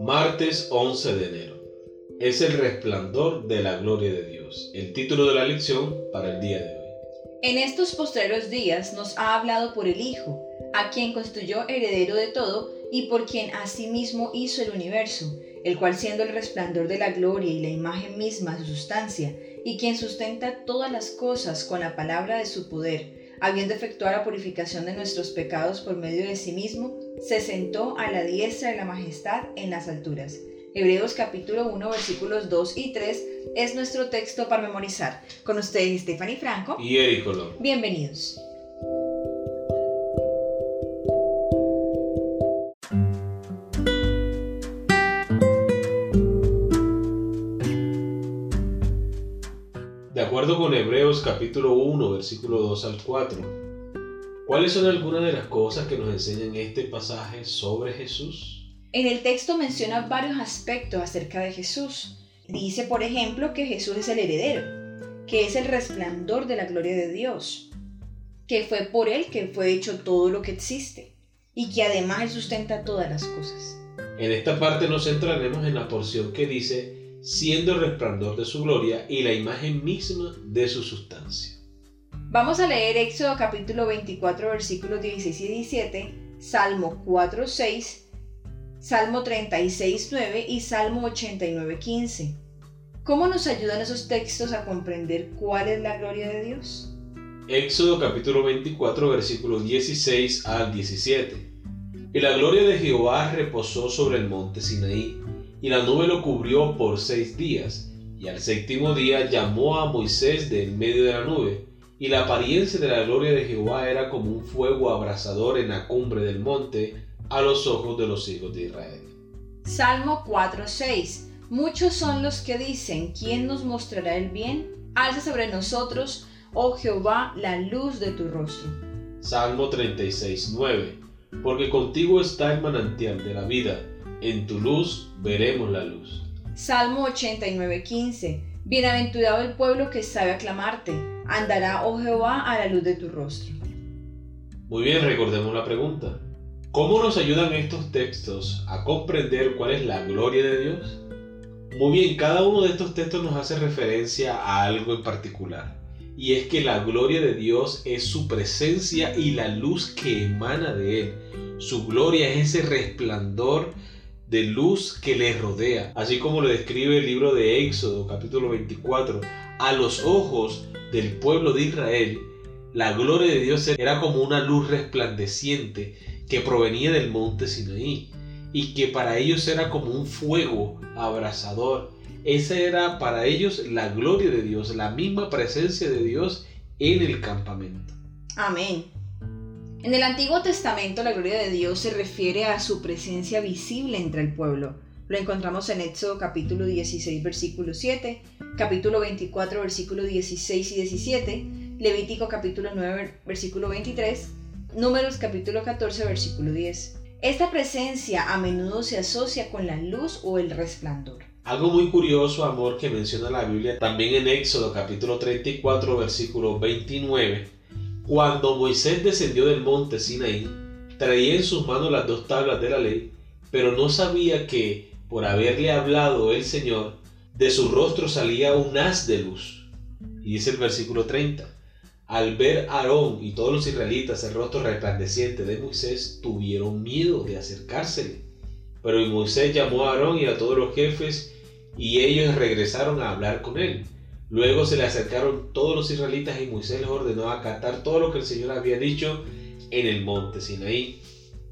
Martes 11 de enero. Es el resplandor de la gloria de Dios. El título de la lección para el día de hoy. En estos postreros días nos ha hablado por el Hijo, a quien constituyó heredero de todo y por quien asimismo hizo el universo, el cual siendo el resplandor de la gloria y la imagen misma de su sustancia, y quien sustenta todas las cosas con la palabra de su poder, habiendo efectuado la purificación de nuestros pecados por medio de sí mismo, se sentó a la diestra de la majestad en las alturas. Hebreos capítulo 1 versículos 2 y 3 es nuestro texto para memorizar. Con ustedes Stephanie Franco y Eric Colón. Bienvenidos. De acuerdo con Hebreos capítulo 1 versículo 2 al 4, ¿cuáles son algunas de las cosas que nos enseñan este pasaje sobre Jesús? En el texto menciona varios aspectos acerca de Jesús. Dice, por ejemplo, que Jesús es el heredero, que es el resplandor de la gloria de Dios, que fue por Él que fue hecho todo lo que existe y que además Él sustenta todas las cosas. En esta parte nos centraremos en la porción que dice, siendo el resplandor de su gloria y la imagen misma de su sustancia. Vamos a leer Éxodo capítulo 24 versículos 16 y 17, Salmo 4, 6, Salmo 36, 9 y Salmo 89, 15. ¿Cómo nos ayudan esos textos a comprender cuál es la gloria de Dios? Éxodo capítulo 24 versículos 16 al 17. Y la gloria de Jehová reposó sobre el monte Sinaí, y la nube lo cubrió por 6 días, y al séptimo día llamó a Moisés de en medio de la nube, y la apariencia de la gloria de Jehová era como un fuego abrasador en la cumbre del monte a los ojos de los hijos de Israel. Salmo 4:6. Muchos son los que dicen, ¿quién nos mostrará el bien? Alza sobre nosotros, oh Jehová, la luz de tu rostro. Salmo 36:9. Porque contigo está el manantial de la vida, en tu luz veremos la luz. Salmo 89:15. Bienaventurado el pueblo que sabe aclamarte, andará, oh Jehová, a la luz de tu rostro. Muy bien, recordemos la pregunta. ¿Cómo nos ayudan estos textos a comprender cuál es la gloria de Dios? Muy bien, cada uno de estos textos nos hace referencia a algo en particular. Y es que la gloria de Dios es su presencia y la luz que emana de Él. Su gloria es ese resplandor de luz que le rodea. Así como lo describe el libro de Éxodo, capítulo 24, a los ojos del pueblo de Israel, la gloria de Dios era como una luz resplandeciente que provenía del monte Sinaí y que para ellos era como un fuego abrasador. Esa era para ellos la gloria de Dios, la misma presencia de Dios en el campamento. Amén. En el Antiguo Testamento la gloria de Dios se refiere a su presencia visible entre el pueblo. Lo encontramos en Éxodo capítulo 16 versículo 7, capítulo 24 versículo 16 y 17, Levítico capítulo 9 versículo 23, Números capítulo 14 versículo 10. Esta presencia a menudo se asocia con la luz o el resplandor. Algo muy curioso, amor, que menciona la Biblia también en Éxodo capítulo 34 versículo 29. Cuando Moisés descendió del monte Sinaí, traía en sus manos las 2 tablas de la ley, pero no sabía que, por haberle hablado el Señor, de su rostro salía un haz de luz. Y dice el versículo 30, al ver a Aarón y todos los israelitas el rostro resplandeciente de Moisés, tuvieron miedo de acercársele. Pero Moisés llamó a Aarón y a todos los jefes, y ellos regresaron a hablar con él. Luego se le acercaron todos los israelitas y Moisés les ordenó acatar todo lo que el Señor había dicho en el monte Sinaí.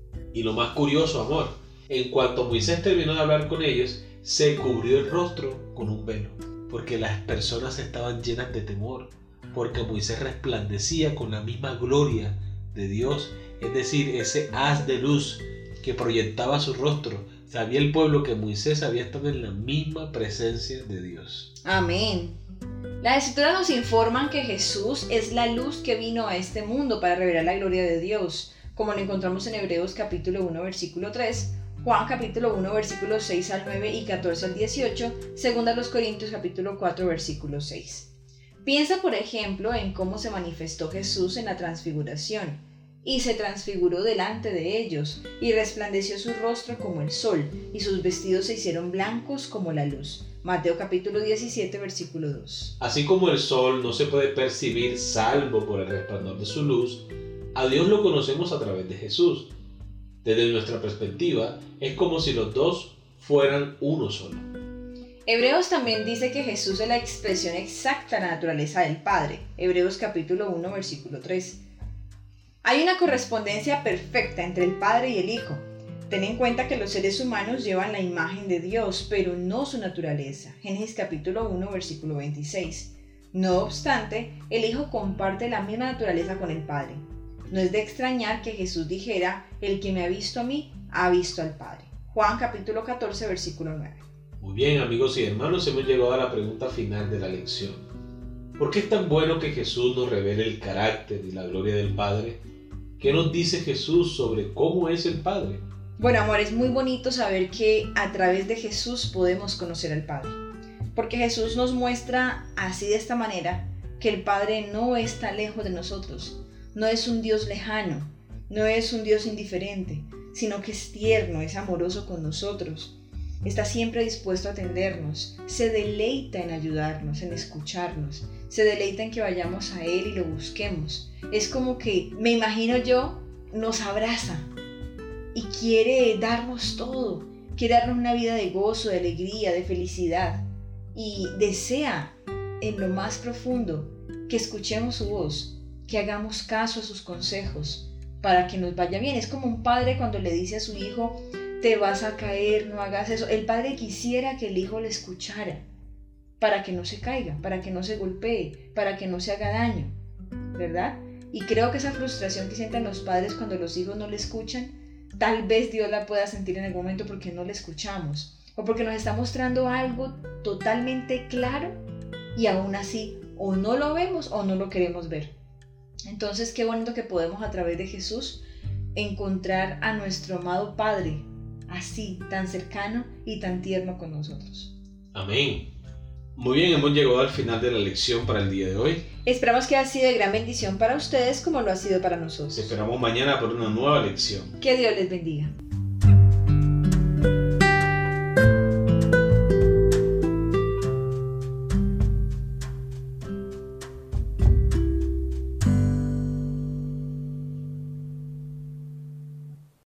Y lo más curioso, amor, en cuanto Moisés terminó de hablar con ellos, se cubrió el rostro con un velo, porque las personas estaban llenas de temor, porque Moisés resplandecía con la misma gloria de Dios, es decir, ese haz de luz que proyectaba su rostro. Sabía el pueblo que Moisés había estado en la misma presencia de Dios. Amén. Las escrituras nos informan que Jesús es la luz que vino a este mundo para revelar la gloria de Dios, como lo encontramos en Hebreos capítulo 1 versículo 3, Juan capítulo 1 versículos 6 al 9 y 14 al 18, segunda los Corintios capítulo 4 versículo 6. Piensa por ejemplo en cómo se manifestó Jesús en la transfiguración y se transfiguró delante de ellos, y resplandeció su rostro como el sol, y sus vestidos se hicieron blancos como la luz. Mateo capítulo 17, versículo 2. Así como el sol no se puede percibir salvo por el resplandor de su luz, a Dios lo conocemos a través de Jesús. Desde nuestra perspectiva, es como si los dos fueran uno solo. Hebreos también dice que Jesús es la expresión exacta de la naturaleza del Padre. Hebreos capítulo 1, versículo 3. Hay una correspondencia perfecta entre el Padre y el Hijo. Ten en cuenta que los seres humanos llevan la imagen de Dios, pero no su naturaleza. Génesis capítulo 1, versículo 26. No obstante, el Hijo comparte la misma naturaleza con el Padre. No es de extrañar que Jesús dijera, el que me ha visto a mí, ha visto al Padre. Juan capítulo 14, versículo 9. Muy bien, amigos y hermanos, hemos llegado a la pregunta final de la lección. ¿Por qué es tan bueno que Jesús nos revele el carácter y la gloria del Padre? ¿Qué nos dice Jesús sobre cómo es el Padre? Bueno, amor, es muy bonito saber que a través de Jesús podemos conocer al Padre. Porque Jesús nos muestra así de esta manera que el Padre no está lejos de nosotros. No es un Dios lejano, no es un Dios indiferente, sino que es tierno, es amoroso con nosotros. Está siempre dispuesto a atendernos, se deleita en ayudarnos, en escucharnos, se deleita en que vayamos a Él y lo busquemos. Es como que, me imagino yo, nos abraza y quiere darnos todo, quiere darnos una vida de gozo, de alegría, de felicidad, y desea en lo más profundo que escuchemos su voz, que hagamos caso a sus consejos para que nos vaya bien. Es como un padre cuando le dice a su hijo, te vas a caer, no hagas eso. El padre quisiera que el hijo le escuchara para que no se caiga, para que no se golpee, para que no se haga daño, ¿verdad? Y creo que esa frustración que sienten los padres cuando los hijos no le escuchan, tal vez Dios la pueda sentir en algún momento porque no le escuchamos o porque nos está mostrando algo totalmente claro y aún así o no lo vemos o no lo queremos ver. Entonces qué bonito que podemos a través de Jesús encontrar a nuestro amado Padre así, tan cercano y tan tierno con nosotros. Amén. Muy bien, hemos llegado al final de la lección para el día de hoy. Esperamos que haya sido de gran bendición para ustedes como lo ha sido para nosotros. Te esperamos mañana por una nueva lección. Que Dios les bendiga.